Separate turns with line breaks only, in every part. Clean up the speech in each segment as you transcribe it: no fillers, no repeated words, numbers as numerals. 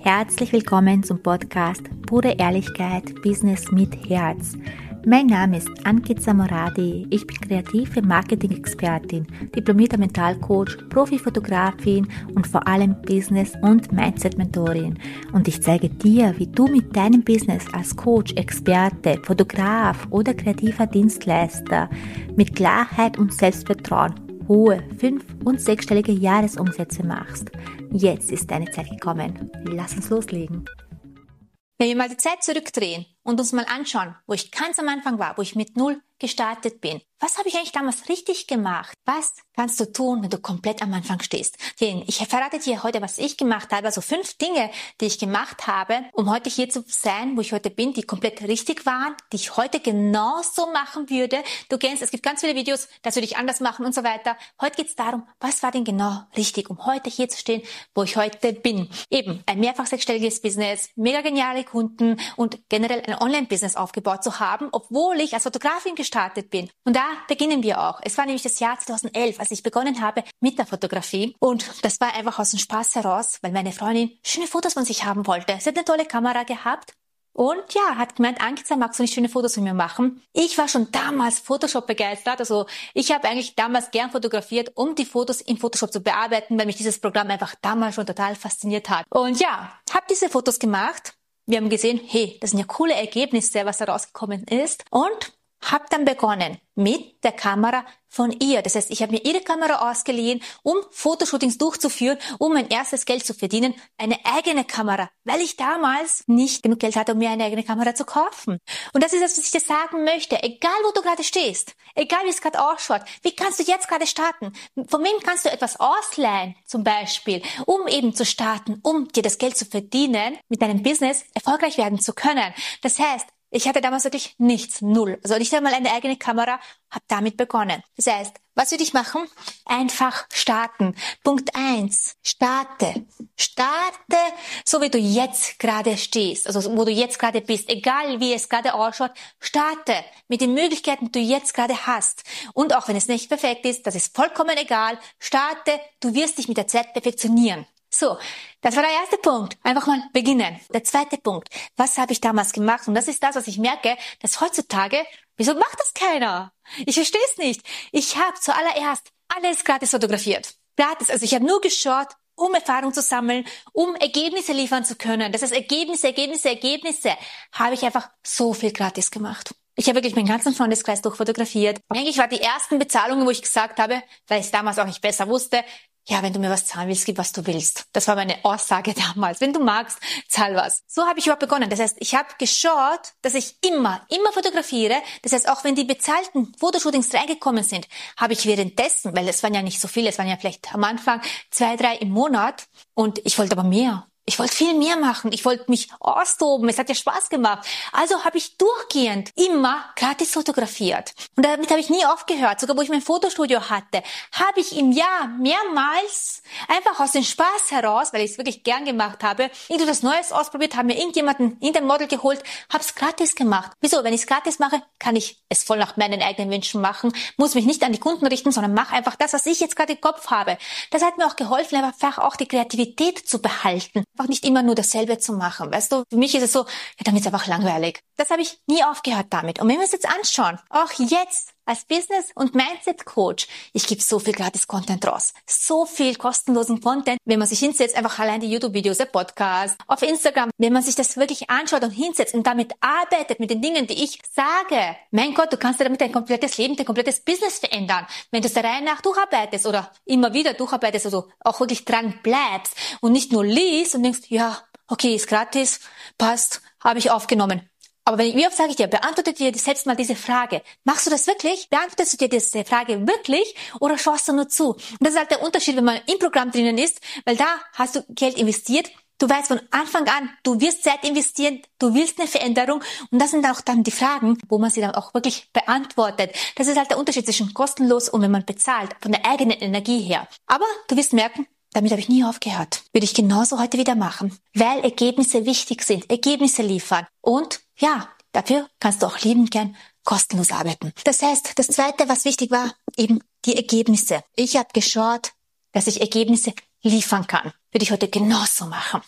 Herzlich willkommen zum Podcast Pure Ehrlichkeit, Business mit Herz. Mein Name ist Ankit Samoradi, ich bin kreative Marketing-Expertin, diplomierter Mentalcoach, Profifotografin und vor allem Business- und Mindset-Mentorin. Und ich zeige dir, wie du mit deinem Business als Coach, Experte, Fotograf oder kreativer Dienstleister mit Klarheit und Selbstvertrauen hohe 5- und 6-stellige Jahresumsätze machst. Jetzt ist deine Zeit gekommen. Lass uns loslegen.
Wenn wir mal die Zeit zurückdrehen und uns mal anschauen, wo ich ganz am Anfang war, wo ich mit 0 gestartet bin. Was habe ich eigentlich damals richtig gemacht? Was kannst du tun, wenn du komplett am Anfang stehst? Denn ich verrate dir heute, was ich gemacht habe, also 5 Dinge, die ich gemacht habe, um heute hier zu sein, wo ich heute bin, die komplett richtig waren, die ich heute genauso machen würde. Du kennst, es gibt ganz viele Videos, das würde ich anders machen und so weiter. Heute geht es darum, was war denn genau richtig, um heute hier zu stehen, wo ich heute bin. Eben ein mehrfach 6-stelliges Business, mega geniale Kunden und generell ein Online-Business aufgebaut zu haben, obwohl ich als Fotografin gestartet bin. Und da beginnen wir auch. Es war nämlich das Jahr 2011, als ich begonnen habe mit der Fotografie. Und das war einfach aus dem Spaß heraus, weil meine Freundin schöne Fotos von sich haben wollte. Sie hat eine tolle Kamera gehabt. Und ja, hat gemeint, Ankit, magst du nicht schöne Fotos von mir machen? Ich war schon damals Photoshop begeistert. Also ich habe eigentlich damals gern fotografiert, um die Fotos in Photoshop zu bearbeiten, weil mich dieses Programm einfach damals schon total fasziniert hat. Und ja, habe diese Fotos gemacht. Wir haben gesehen, hey, das sind ja coole Ergebnisse, was da rausgekommen ist. Und habe dann begonnen mit der Kamera von ihr. Das heißt, ich habe mir ihre Kamera ausgeliehen, um Fotoshootings durchzuführen, um mein erstes Geld zu verdienen. Eine eigene Kamera, weil ich damals nicht genug Geld hatte, um mir eine eigene Kamera zu kaufen. Und das ist das, was ich dir sagen möchte. Egal, wo du gerade stehst, egal, wie es gerade ausschaut, wie kannst du jetzt gerade starten? Von wem kannst du etwas ausleihen, zum Beispiel, um eben zu starten, um dir das Geld zu verdienen, mit deinem Business erfolgreich werden zu können. Das heißt, ich hatte damals wirklich nichts, 0. Also nicht einmal eine eigene Kamera, habe damit begonnen. Das heißt, was würde ich machen? Einfach starten. Punkt 1. Starte. Starte, so wie du jetzt gerade stehst, also wo du jetzt gerade bist. Egal wie es gerade ausschaut, starte mit den Möglichkeiten, die du jetzt gerade hast. Und auch wenn es nicht perfekt ist, das ist vollkommen egal. Starte, du wirst dich mit der Zeit perfektionieren. So, das war der erste Punkt. Einfach mal beginnen. Der zweite Punkt. Was habe ich damals gemacht? Und das ist das, was ich merke, dass heutzutage, wieso macht das keiner? Ich verstehe es nicht. Ich habe zuallererst alles gratis fotografiert. Gratis. Also ich habe nur geschaut, um Erfahrung zu sammeln, um Ergebnisse liefern zu können. Das heißt, Ergebnisse, habe ich einfach so viel gratis gemacht. Ich habe wirklich meinen ganzen Freundeskreis durchfotografiert. Eigentlich war die ersten Bezahlungen, wo ich gesagt habe, weil ich es damals auch nicht besser wusste, ja, wenn du mir was zahlen willst, gib, was du willst. Das war meine Aussage damals. Wenn du magst, zahl was. So habe ich überhaupt begonnen. Das heißt, ich habe geschaut, dass ich immer fotografiere. Das heißt, auch wenn die bezahlten Fotoshootings reingekommen sind, habe ich währenddessen, weil es waren ja nicht so viele, es waren ja vielleicht am Anfang 2, 3 im Monat und ich wollte aber mehr. Ich wollte viel mehr machen. Ich wollte mich austoben. Es hat ja Spaß gemacht. Also habe ich durchgehend immer gratis fotografiert. Und damit habe ich nie aufgehört. Sogar wo ich mein Fotostudio hatte, habe ich im Jahr mehrmals einfach aus dem Spaß heraus, weil ich es wirklich gern gemacht habe, irgendwas Neues ausprobiert, habe mir irgendjemanden in den Model geholt, habe es gratis gemacht. Wieso? Wenn ich es gratis mache, kann ich es voll nach meinen eigenen Wünschen machen, muss mich nicht an die Kunden richten, sondern mache einfach das, was ich jetzt gerade im Kopf habe. Das hat mir auch geholfen, einfach auch die Kreativität zu behalten. Einfach nicht immer nur dasselbe zu machen. Weißt du, für mich ist es so, ja, dann ist es einfach langweilig. Das habe ich nie aufgehört damit. Und wenn wir uns jetzt anschauen, auch jetzt als Business- und Mindset-Coach, ich gebe so viel Gratis-Content raus. So viel kostenlosen Content. Wenn man sich hinsetzt, einfach allein die YouTube-Videos, der Podcast, auf Instagram, wenn man sich das wirklich anschaut und hinsetzt und damit arbeitet, mit den Dingen, die ich sage, mein Gott, du kannst dir damit dein komplettes Leben, dein komplettes Business verändern. Wenn du es der Reihe nach durcharbeitest oder immer wieder durcharbeitest, also auch wirklich dran bleibst und nicht nur liest und denkst, ja, okay, ist gratis, passt, habe ich aufgenommen. Aber wie oft sage ich dir, beantworte dir selbst mal diese Frage. Machst du das wirklich? Beantwortest du dir diese Frage wirklich oder schaust du nur zu? Und das ist halt der Unterschied, wenn man im Programm drinnen ist, weil da hast du Geld investiert. Du weißt von Anfang an, du wirst Zeit investieren, du willst eine Veränderung und das sind auch dann die Fragen, wo man sie dann auch wirklich beantwortet. Das ist halt der Unterschied zwischen kostenlos und wenn man bezahlt, von der eigenen Energie her. Aber du wirst merken, damit habe ich nie aufgehört. Würde ich genauso heute wieder machen, weil Ergebnisse wichtig sind, Ergebnisse liefern. Und ja, dafür kannst du auch liebend gern kostenlos arbeiten. Das heißt, das Zweite, was wichtig war, eben die Ergebnisse. Ich habe geschaut, dass ich Ergebnisse liefern kann. Würde ich heute genauso machen.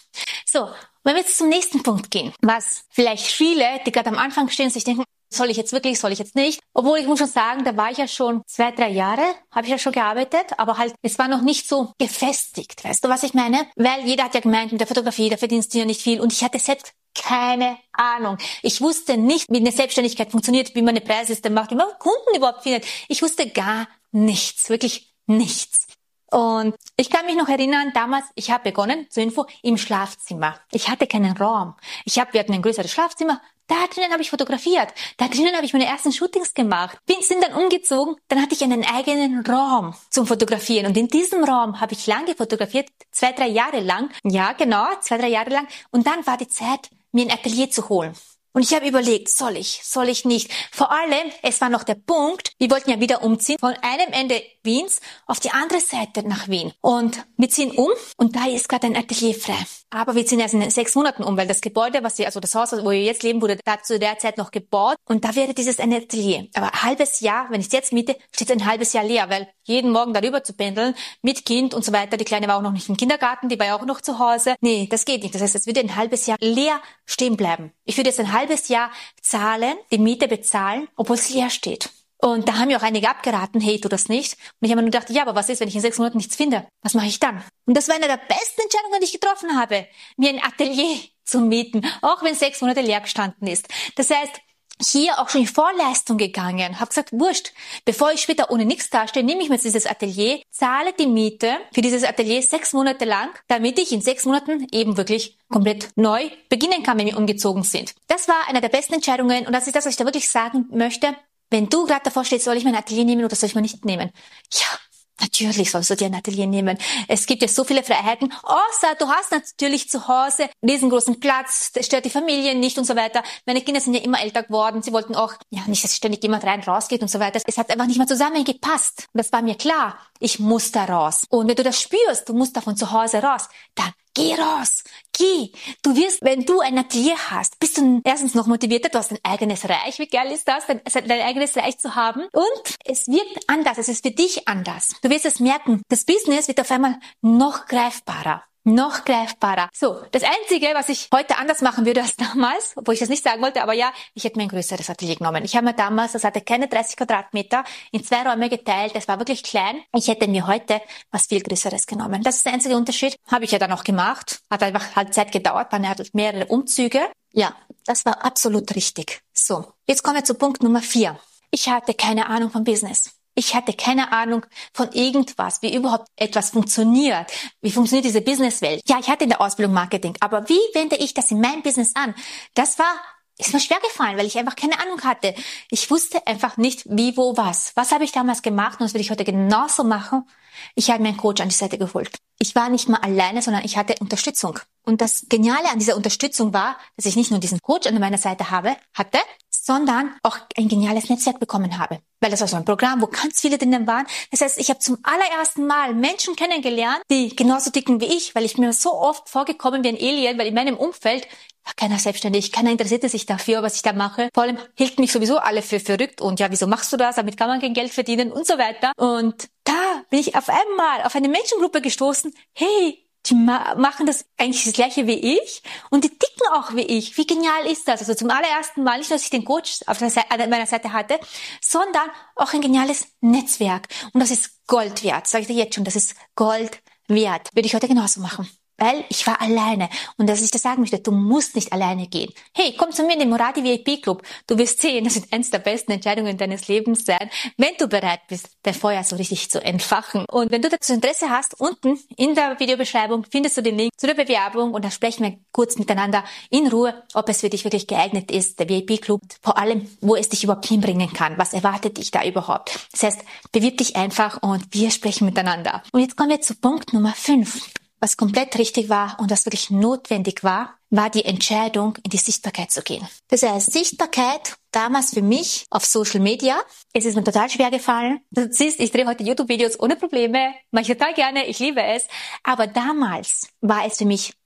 So, wenn wir jetzt zum nächsten Punkt gehen, was vielleicht viele, die gerade am Anfang stehen, sich denken, soll ich jetzt wirklich, soll ich jetzt nicht? Obwohl ich muss schon sagen, da war ich ja schon 2-3 Jahre, habe ich ja schon gearbeitet, aber halt, es war noch nicht so gefestigt. Weißt du, was ich meine? Weil jeder hat ja gemeint, mit der Fotografie, da verdienst du ja nicht viel. Und ich hatte selbst keine Ahnung. Ich wusste nicht, wie eine Selbstständigkeit funktioniert, wie man eine Preisliste macht, wie man Kunden überhaupt findet. Ich wusste gar nichts, wirklich nichts. Und ich kann mich noch erinnern, damals, ich habe begonnen, zur Info, im Schlafzimmer. Ich hatte keinen Raum. Wir hatten ein größeres Schlafzimmer. Da drinnen habe ich fotografiert. Da drinnen habe ich meine ersten Shootings gemacht. Sind dann umgezogen. Dann hatte ich einen eigenen Raum zum Fotografieren. Und in diesem Raum habe ich lange fotografiert, 2-3 Jahre lang. Ja, genau, 2-3 Jahre lang. Und dann war die Zeit, mir ein Atelier zu holen. Und ich habe überlegt, soll ich nicht? Vor allem, es war noch der Punkt, wir wollten ja wieder umziehen von einem Ende Wiens auf die andere Seite nach Wien. Und wir ziehen um und da ist gerade ein Atelier frei. Aber wir ziehen erst in 6 Monaten um, weil das Gebäude, also das Haus, wo wir jetzt leben, wurde da zu der Zeit noch gebaut. Und da wäre dieses ein Atelier. Aber ein halbes Jahr, wenn ich es jetzt miete, steht es ein halbes Jahr leer, weil jeden Morgen darüber zu pendeln, mit Kind und so weiter. Die Kleine war auch noch nicht im Kindergarten, die war ja auch noch zu Hause. Nee, das geht nicht. Das heißt, es würde ein halbes Jahr leer stehen bleiben. Ich würde jetzt ein halbes Jahr zahlen, die Miete bezahlen, obwohl es leer steht. Und da haben mir auch einige abgeraten, hey, tu das nicht. Und ich habe mir nur gedacht, ja, aber was ist, wenn ich in 6 Monaten nichts finde? Was mache ich dann? Und das war eine der besten Entscheidungen, die ich getroffen habe, mir ein Atelier zu mieten, auch wenn 6 Monate leer gestanden ist. Das heißt, hier auch schon in Vorleistung gegangen, habe gesagt, wurscht, bevor ich später ohne nichts dastehe, nehme ich mir jetzt dieses Atelier, zahle die Miete für dieses Atelier 6 Monate lang, damit ich in 6 Monaten eben wirklich komplett neu beginnen kann, wenn wir umgezogen sind. Das war eine der besten Entscheidungen und das ist das, was ich da wirklich sagen möchte. Wenn du gerade davor stehst, soll ich mein Atelier nehmen oder soll ich mal nicht nehmen? Ja, natürlich sollst du dir ein Atelier nehmen. Es gibt ja so viele Freiheiten. Außer du hast natürlich zu Hause riesengroßen Platz, das stört die Familie nicht und so weiter. Meine Kinder sind ja immer älter geworden. Sie wollten auch, ja, nicht, dass ständig jemand rein raus geht und so weiter. Es hat einfach nicht mehr zusammengepasst. Und das war mir klar. Ich muss da raus. Und wenn du das spürst, du musst da von zu Hause raus, dann geh raus, geh. Du wirst, wenn du ein Atelier hast, bist du erstens noch motivierter, du hast dein eigenes Reich. Wie geil ist das, dein eigenes Reich zu haben? Und es wirkt anders, es ist für dich anders. Du wirst es merken, das Business wird auf einmal noch greifbarer. Noch greifbarer. So, das Einzige, was ich heute anders machen würde als damals, obwohl ich das nicht sagen wollte, aber ja, ich hätte mir ein größeres Atelier genommen. Ich habe mir damals, das hatte keine 30 Quadratmeter, in 2 Räume geteilt, das war wirklich klein. Ich hätte mir heute was viel Größeres genommen. Das ist der einzige Unterschied. Habe ich ja dann auch gemacht. Hat einfach halt Zeit gedauert, waren halt mehrere Umzüge. Ja, das war absolut richtig. So, jetzt kommen wir zu Punkt Nummer 4. Ich hatte keine Ahnung vom Business. Ich hatte keine Ahnung von irgendwas, wie überhaupt etwas funktioniert. Wie funktioniert diese Businesswelt? Ja, ich hatte in der Ausbildung Marketing, aber wie wende ich das in mein Business an? Ist mir schwer gefallen, weil ich einfach keine Ahnung hatte. Ich wusste einfach nicht, wie, wo, was. Was habe ich damals gemacht und das will ich heute genauso machen? Ich habe mir einen Coach an die Seite geholt. Ich war nicht mal alleine, sondern ich hatte Unterstützung. Und das Geniale an dieser Unterstützung war, dass ich nicht nur diesen Coach an meiner Seite hatte, sondern auch ein geniales Netzwerk bekommen habe. Weil das war so ein Programm, wo ganz viele drinnen waren. Das heißt, ich habe zum allerersten Mal Menschen kennengelernt, die genauso dicken wie ich, weil ich mir so oft vorgekommen wie ein Alien, weil in meinem Umfeld war keiner selbstständig, keiner interessierte sich dafür, was ich da mache. Vor allem hielten mich sowieso alle für verrückt und ja, wieso machst du das? Damit kann man kein Geld verdienen und so weiter. Und da bin ich auf einmal auf eine Menschengruppe gestoßen. Hey, die machen das eigentlich das Gleiche wie ich und die ticken auch wie ich. Wie genial ist das? Also zum allerersten Mal nicht nur, dass ich den Coach an meiner Seite hatte, sondern auch ein geniales Netzwerk. Und das ist Gold wert, sage ich dir jetzt schon, das ist Gold wert. Würde ich heute genauso machen. Weil ich war alleine. Und dass ich das sagen möchte, du musst nicht alleine gehen. Hey, komm zu mir in den Moradi VIP Club. Du wirst sehen, das wird eins der besten Entscheidungen deines Lebens sein, wenn du bereit bist, dein Feuer so richtig zu entfachen. Und wenn du dazu Interesse hast, unten in der Videobeschreibung findest du den Link zu der Bewerbung und dann sprechen wir kurz miteinander in Ruhe, ob es für dich wirklich geeignet ist, der VIP Club, vor allem, wo es dich überhaupt hinbringen kann. Was erwartet dich da überhaupt? Das heißt, bewirb dich einfach und wir sprechen miteinander. Und jetzt kommen wir zu Punkt Nummer 5. Was komplett richtig war und was wirklich notwendig war, war die Entscheidung, in die Sichtbarkeit zu gehen. Das heißt, Sichtbarkeit damals für mich auf Social Media. Es ist mir total schwer gefallen. Du siehst, ich drehe heute YouTube-Videos ohne Probleme. Mache ich total gerne, ich liebe es. Aber damals war es für mich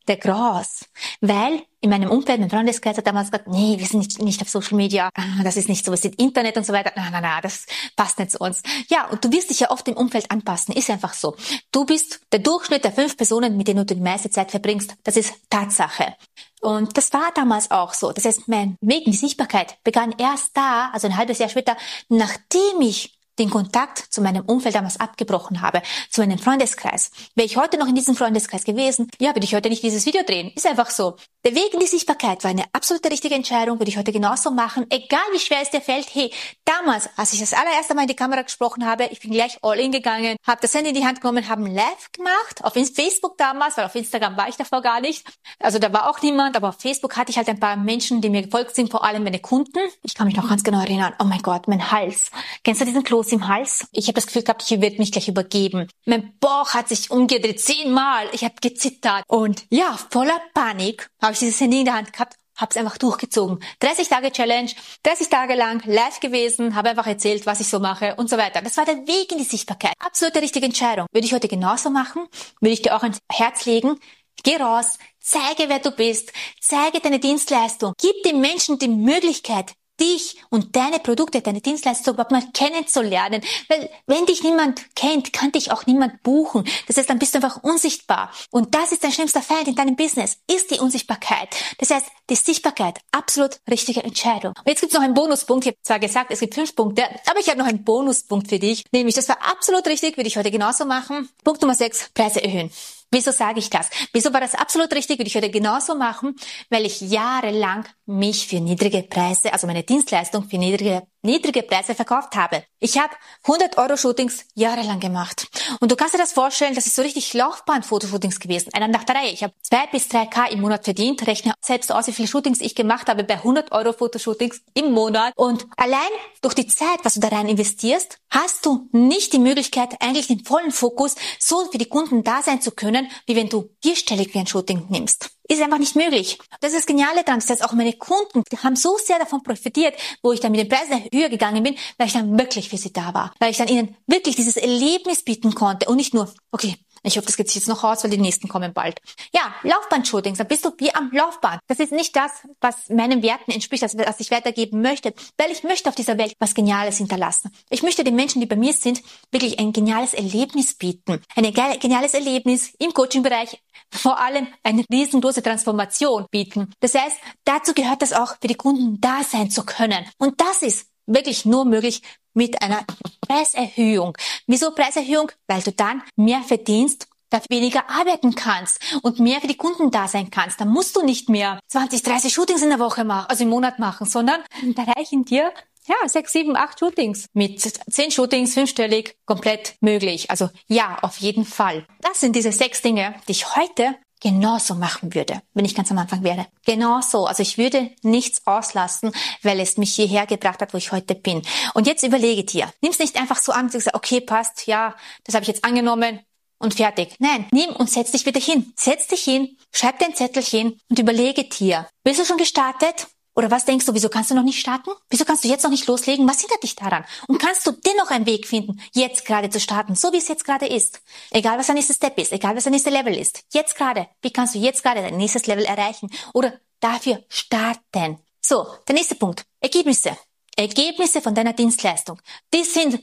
der groß, weil in meinem Umfeld, mein Freundeskreis hat damals gesagt, nee, wir sind nicht auf Social Media, das ist nicht so, es ist Internet und so weiter, na, das passt nicht zu uns. Ja, und du wirst dich ja oft im Umfeld anpassen, ist einfach so. Du bist der Durchschnitt der 5 Personen, mit denen du die meiste Zeit verbringst, das ist Tatsache. Und das war damals auch so. Das heißt, mein Weg in die Sichtbarkeit begann erst da, also ein halbes Jahr später, nachdem ich den Kontakt zu meinem Umfeld damals abgebrochen habe, zu meinem Freundeskreis. Wäre ich heute noch in diesem Freundeskreis gewesen, ja, würde ich heute nicht dieses Video drehen. Ist einfach so. Der Weg in die Sichtbarkeit war eine absolute richtige Entscheidung, würde ich heute genauso machen, egal wie schwer es dir fällt. Hey, damals, als ich das allererste Mal in die Kamera gesprochen habe, ich bin gleich all in gegangen, habe das Handy in die Hand genommen, habe ein Live gemacht, auf Facebook damals, weil auf Instagram war ich davor gar nicht. Also da war auch niemand, aber auf Facebook hatte ich halt ein paar Menschen, die mir gefolgt sind, vor allem meine Kunden. Ich kann mich noch ganz genau erinnern, oh mein Gott, mein Hals. Kennst du diesen Kloß im Hals? Ich habe das Gefühl gehabt, ich werde mich gleich übergeben. Mein Bauch hat sich umgedreht 10-mal. Ich habe gezittert. Und ja, voller Panik habe ich dieses Handy in der Hand gehabt, habe es einfach durchgezogen. 30 Tage Challenge, 30 Tage lang live gewesen, habe einfach erzählt, was ich so mache und so weiter. Das war der Weg in die Sichtbarkeit. Absolute richtige Entscheidung. Würde ich heute genauso machen, würde ich dir auch ans Herz legen. Geh raus, zeige, wer du bist, zeige deine Dienstleistung, gib den Menschen die Möglichkeit, dich und deine Produkte, deine Dienstleistung überhaupt mal kennenzulernen. Weil wenn dich niemand kennt, kann dich auch niemand buchen. Das heißt, dann bist du einfach unsichtbar. Und das ist dein schlimmster Feind in deinem Business, ist die Unsichtbarkeit. Das heißt, die Sichtbarkeit, absolut richtige Entscheidung. Und jetzt gibt es noch einen Bonuspunkt. Ich habe zwar gesagt, es gibt 5 Punkte, aber ich habe noch einen Bonuspunkt für dich. Nämlich, das war absolut richtig, würde ich heute genauso machen. Punkt Nummer 6, Preise erhöhen. Wieso sage ich das? Wieso war das absolut richtig? Würde ich heute genauso machen, weil ich jahrelang mich für niedrige Preise, also meine Dienstleistung für niedrige Preise verkauft habe. Ich habe 100 € Shootings jahrelang gemacht. Und du kannst dir das vorstellen, das ist so richtig Laufbahn-Fotoshootings gewesen. Einer nach der Reihe. Ich habe 2 bis 3K im Monat verdient. Rechne selbst aus, wie viele Shootings ich gemacht habe bei 100 € Fotoshootings im Monat. Und allein durch die Zeit, was du da rein investierst, hast du nicht die Möglichkeit, eigentlich den vollen Fokus so für die Kunden da sein zu können, wie wenn du vierstellig für ein Shooting nimmst. Ist einfach nicht möglich. Das ist das Geniale daran. Das heißt, auch meine Kunden, die haben so sehr davon profitiert, wo ich dann mit den Preisen höher gegangen bin, weil ich dann wirklich für sie da war. Weil ich dann ihnen wirklich dieses Erlebnis bieten konnte und nicht nur, okay, ich hoffe, das geht sich jetzt noch aus, weil die nächsten kommen bald. Ja, Laufbahn-Shootings, dann bist du wie am Laufbahn. Das ist nicht das, was meinen Werten entspricht, was ich weitergeben möchte, weil ich möchte auf dieser Welt was Geniales hinterlassen. Ich möchte den Menschen, die bei mir sind, wirklich ein geniales Erlebnis bieten. Ein geniales Erlebnis im Coaching-Bereich, vor allem eine riesengroße Transformation bieten. Das heißt, dazu gehört das auch, für die Kunden da sein zu können. Und das ist wirklich nur möglich mit einer Preiserhöhung. Wieso Preiserhöhung? Weil du dann mehr verdienst, dafür weniger arbeiten kannst und mehr für die Kunden da sein kannst. Dann musst du nicht mehr 20, 30 Shootings in der Woche machen, also im Monat machen, sondern da reichen dir 6, 7, 8 Shootings. Mit 10 Shootings, 5-stellig, komplett möglich. Also ja, auf jeden Fall. Das sind diese 6 Dinge, die ich heute genauso machen würde, wenn ich ganz am Anfang wäre. Genauso. Also ich würde nichts auslassen, weil es mich hierher gebracht hat, wo ich heute bin. Und jetzt überlege dir. Nimm es nicht einfach so an, und sag, okay, passt, ja, das habe ich jetzt angenommen und fertig. Nein, nimm und setz dich wieder hin. Setz dich hin, schreib dir ein Zettelchen und überlege dir. Bist du schon gestartet? Oder was denkst du, wieso kannst du noch nicht starten? Wieso kannst du jetzt noch nicht loslegen? Was hindert dich daran? Und kannst du dennoch einen Weg finden, jetzt gerade zu starten, so wie es jetzt gerade ist? Egal, was der nächste Step ist, egal, was der nächste Level ist. Jetzt gerade. Wie kannst du jetzt gerade dein nächstes Level erreichen? Oder dafür starten? So, der nächste Punkt. Ergebnisse. Ergebnisse von deiner Dienstleistung. Die sind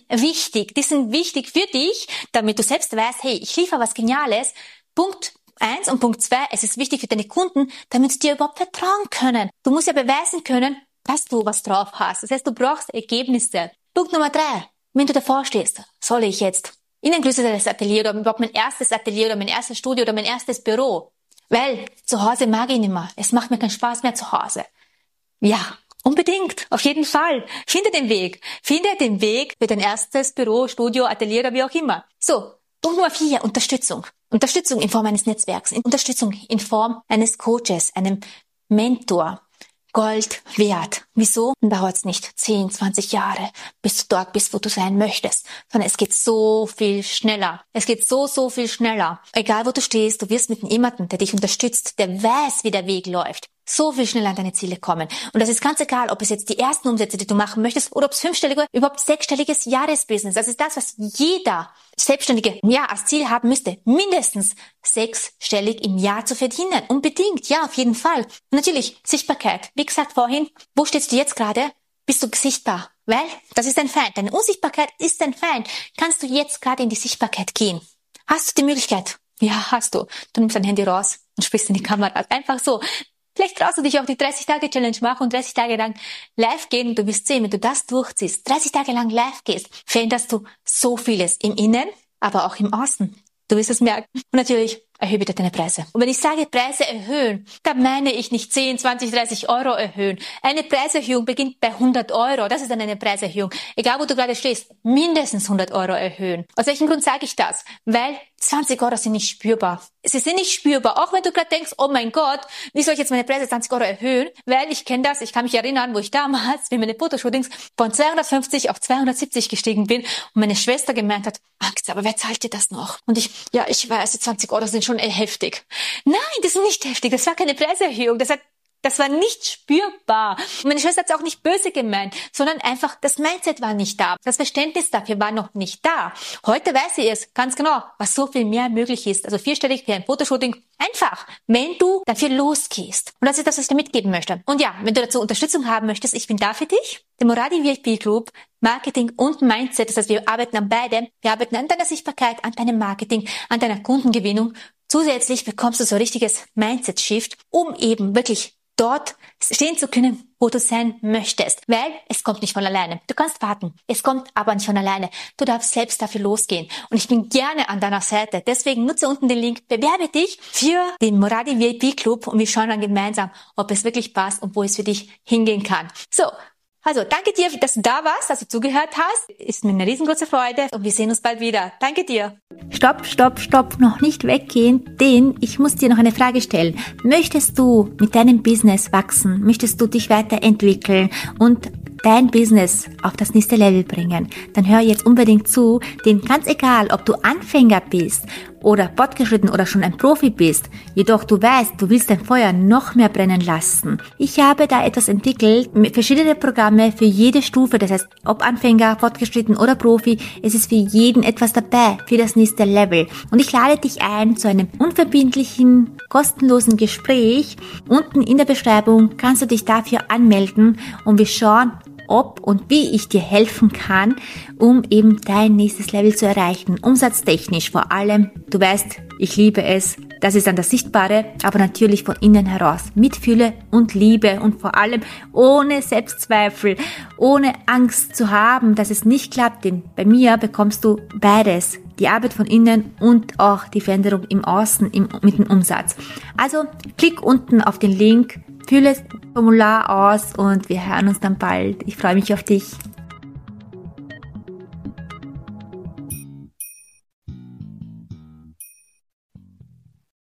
wichtig für dich, damit du selbst weißt, hey, ich liefere was Geniales. Punkt 1 und Punkt 2, es ist wichtig für deine Kunden, damit sie dir überhaupt vertrauen können. Du musst ja beweisen können, dass du was drauf hast. Das heißt, du brauchst Ergebnisse. Punkt Nummer 3, wenn du davor stehst, soll ich jetzt in ein größeres Atelier oder überhaupt mein erstes Atelier oder mein erstes Studio oder mein erstes Büro? Weil zu Hause mag ich nicht mehr. Es macht mir keinen Spaß mehr zu Hause. Ja, unbedingt, auf jeden Fall. Finde den Weg für dein erstes Büro, Studio, Atelier oder wie auch immer. So, Punkt Nummer 4, Unterstützung. Unterstützung in Form eines Netzwerks, Unterstützung in Form eines Coaches, einem Mentor. Gold wert. Wieso? Dann dauert es nicht 10, 20 Jahre, bis du dort bist, wo du sein möchtest, sondern es geht so viel schneller. Es geht so viel schneller. Egal, wo du stehst, du wirst mit jemandem, der dich unterstützt, der weiß, wie der Weg läuft. so viel schneller an deine Ziele kommen. Und das ist ganz egal, ob es jetzt die ersten Umsätze, die du machen möchtest, oder ob es 5-stellige, überhaupt 6-stelliges Jahresbusiness. Das ist das, was jeder Selbstständige als Ziel haben müsste. Mindestens 6-stellig im Jahr zu verdienen. Unbedingt, ja, auf jeden Fall. Und natürlich, Sichtbarkeit. Wie gesagt vorhin, wo stehst du jetzt gerade? Bist du sichtbar? Weil das ist dein Feind. Deine Unsichtbarkeit ist dein Feind. Kannst du jetzt gerade in die Sichtbarkeit gehen? Hast du die Möglichkeit? Ja, hast du. Du nimmst dein Handy raus und sprichst in die Kamera. Einfach so. Vielleicht traust du dich auch die 30-Tage-Challenge machen und 30 Tage lang live gehen und du wirst sehen, wenn du das durchziehst, 30 Tage lang live gehst, veränderst du so vieles im Innen, aber auch im Außen. Du wirst es merken. Und natürlich, erhöhe bitte deine Preise. Und wenn ich sage Preise erhöhen, dann meine ich nicht 10, 20, 30 Euro erhöhen. Eine Preiserhöhung beginnt bei 100 Euro. Das ist dann eine Preiserhöhung. Egal, wo du gerade stehst, mindestens 100 Euro erhöhen. Aus welchem Grund sage ich das? Weil 20 Euro sind nicht spürbar. Sie sind nicht spürbar. Auch wenn du gerade denkst, oh mein Gott, wie soll ich jetzt meine Preise 20 Euro erhöhen? Weil ich kenne das, ich kann mich erinnern, wo ich damals, wie meine Fotoshootings von 250 auf 270 gestiegen bin und meine Schwester gemeint hat, Angst, aber wer zahlt dir das noch? Und ich weiß, die 20 Euro sind schon heftig. Nein, das ist nicht heftig. Das war keine Preiserhöhung. Das war nicht spürbar. Und meine Schwester hat es auch nicht böse gemeint, sondern einfach das Mindset war nicht da. Das Verständnis dafür war noch nicht da. Heute weiß sie es ganz genau, was so viel mehr möglich ist. Also 4-stellig für ein Fotoshooting. Einfach, wenn du dafür losgehst. Und das ist das, was ich dir mitgeben möchte. Und ja, wenn du dazu Unterstützung haben möchtest, ich bin da für dich. Der Moradi VIP Club, Marketing und Mindset. Das heißt, wir arbeiten an beidem. Wir arbeiten an deiner Sichtbarkeit, an deinem Marketing, an deiner Kundengewinnung. Zusätzlich bekommst du so ein richtiges Mindset-Shift, um eben wirklich dort stehen zu können, wo du sein möchtest. Weil es kommt nicht von alleine. Du kannst warten. Es kommt aber nicht von alleine. Du darfst selbst dafür losgehen. Und ich bin gerne an deiner Seite. Deswegen nutze unten den Link, bewerbe dich für den Moradi VIP Club und wir schauen dann gemeinsam, ob es wirklich passt und wo es für dich hingehen kann. So. Also, danke dir, dass du da warst, dass du zugehört hast. Ist mir eine riesengroße Freude und wir sehen uns bald wieder. Danke dir.
Stopp, noch nicht weggehen, denn ich muss dir noch eine Frage stellen. Möchtest du mit deinem Business wachsen? Möchtest du dich weiterentwickeln und dein Business auf das nächste Level bringen? Dann hör jetzt unbedingt zu, denn ganz egal, ob du Anfänger bist oder fortgeschritten oder schon ein Profi bist, jedoch du weißt, du willst dein Feuer noch mehr brennen lassen. Ich habe da etwas entwickelt, mit verschiedene Programme für jede Stufe, das heißt, ob Anfänger, fortgeschritten oder Profi, es ist für jeden etwas dabei, für das nächste Level. Und ich lade dich ein zu einem unverbindlichen, kostenlosen Gespräch. Unten in der Beschreibung kannst du dich dafür anmelden und wir schauen, ob und wie ich dir helfen kann, um eben dein nächstes Level zu erreichen. Umsatztechnisch vor allem. Du weißt, ich liebe es. Das ist dann das Sichtbare, aber natürlich von innen heraus. Mit Fülle und Liebe und vor allem ohne Selbstzweifel, ohne Angst zu haben, dass es nicht klappt. Denn bei mir bekommst du beides. Die Arbeit von innen und auch die Veränderung im Außen mit dem Umsatz. Also klick unten auf den Link, fülle das Formular aus und wir hören uns dann bald. Ich freue mich auf dich.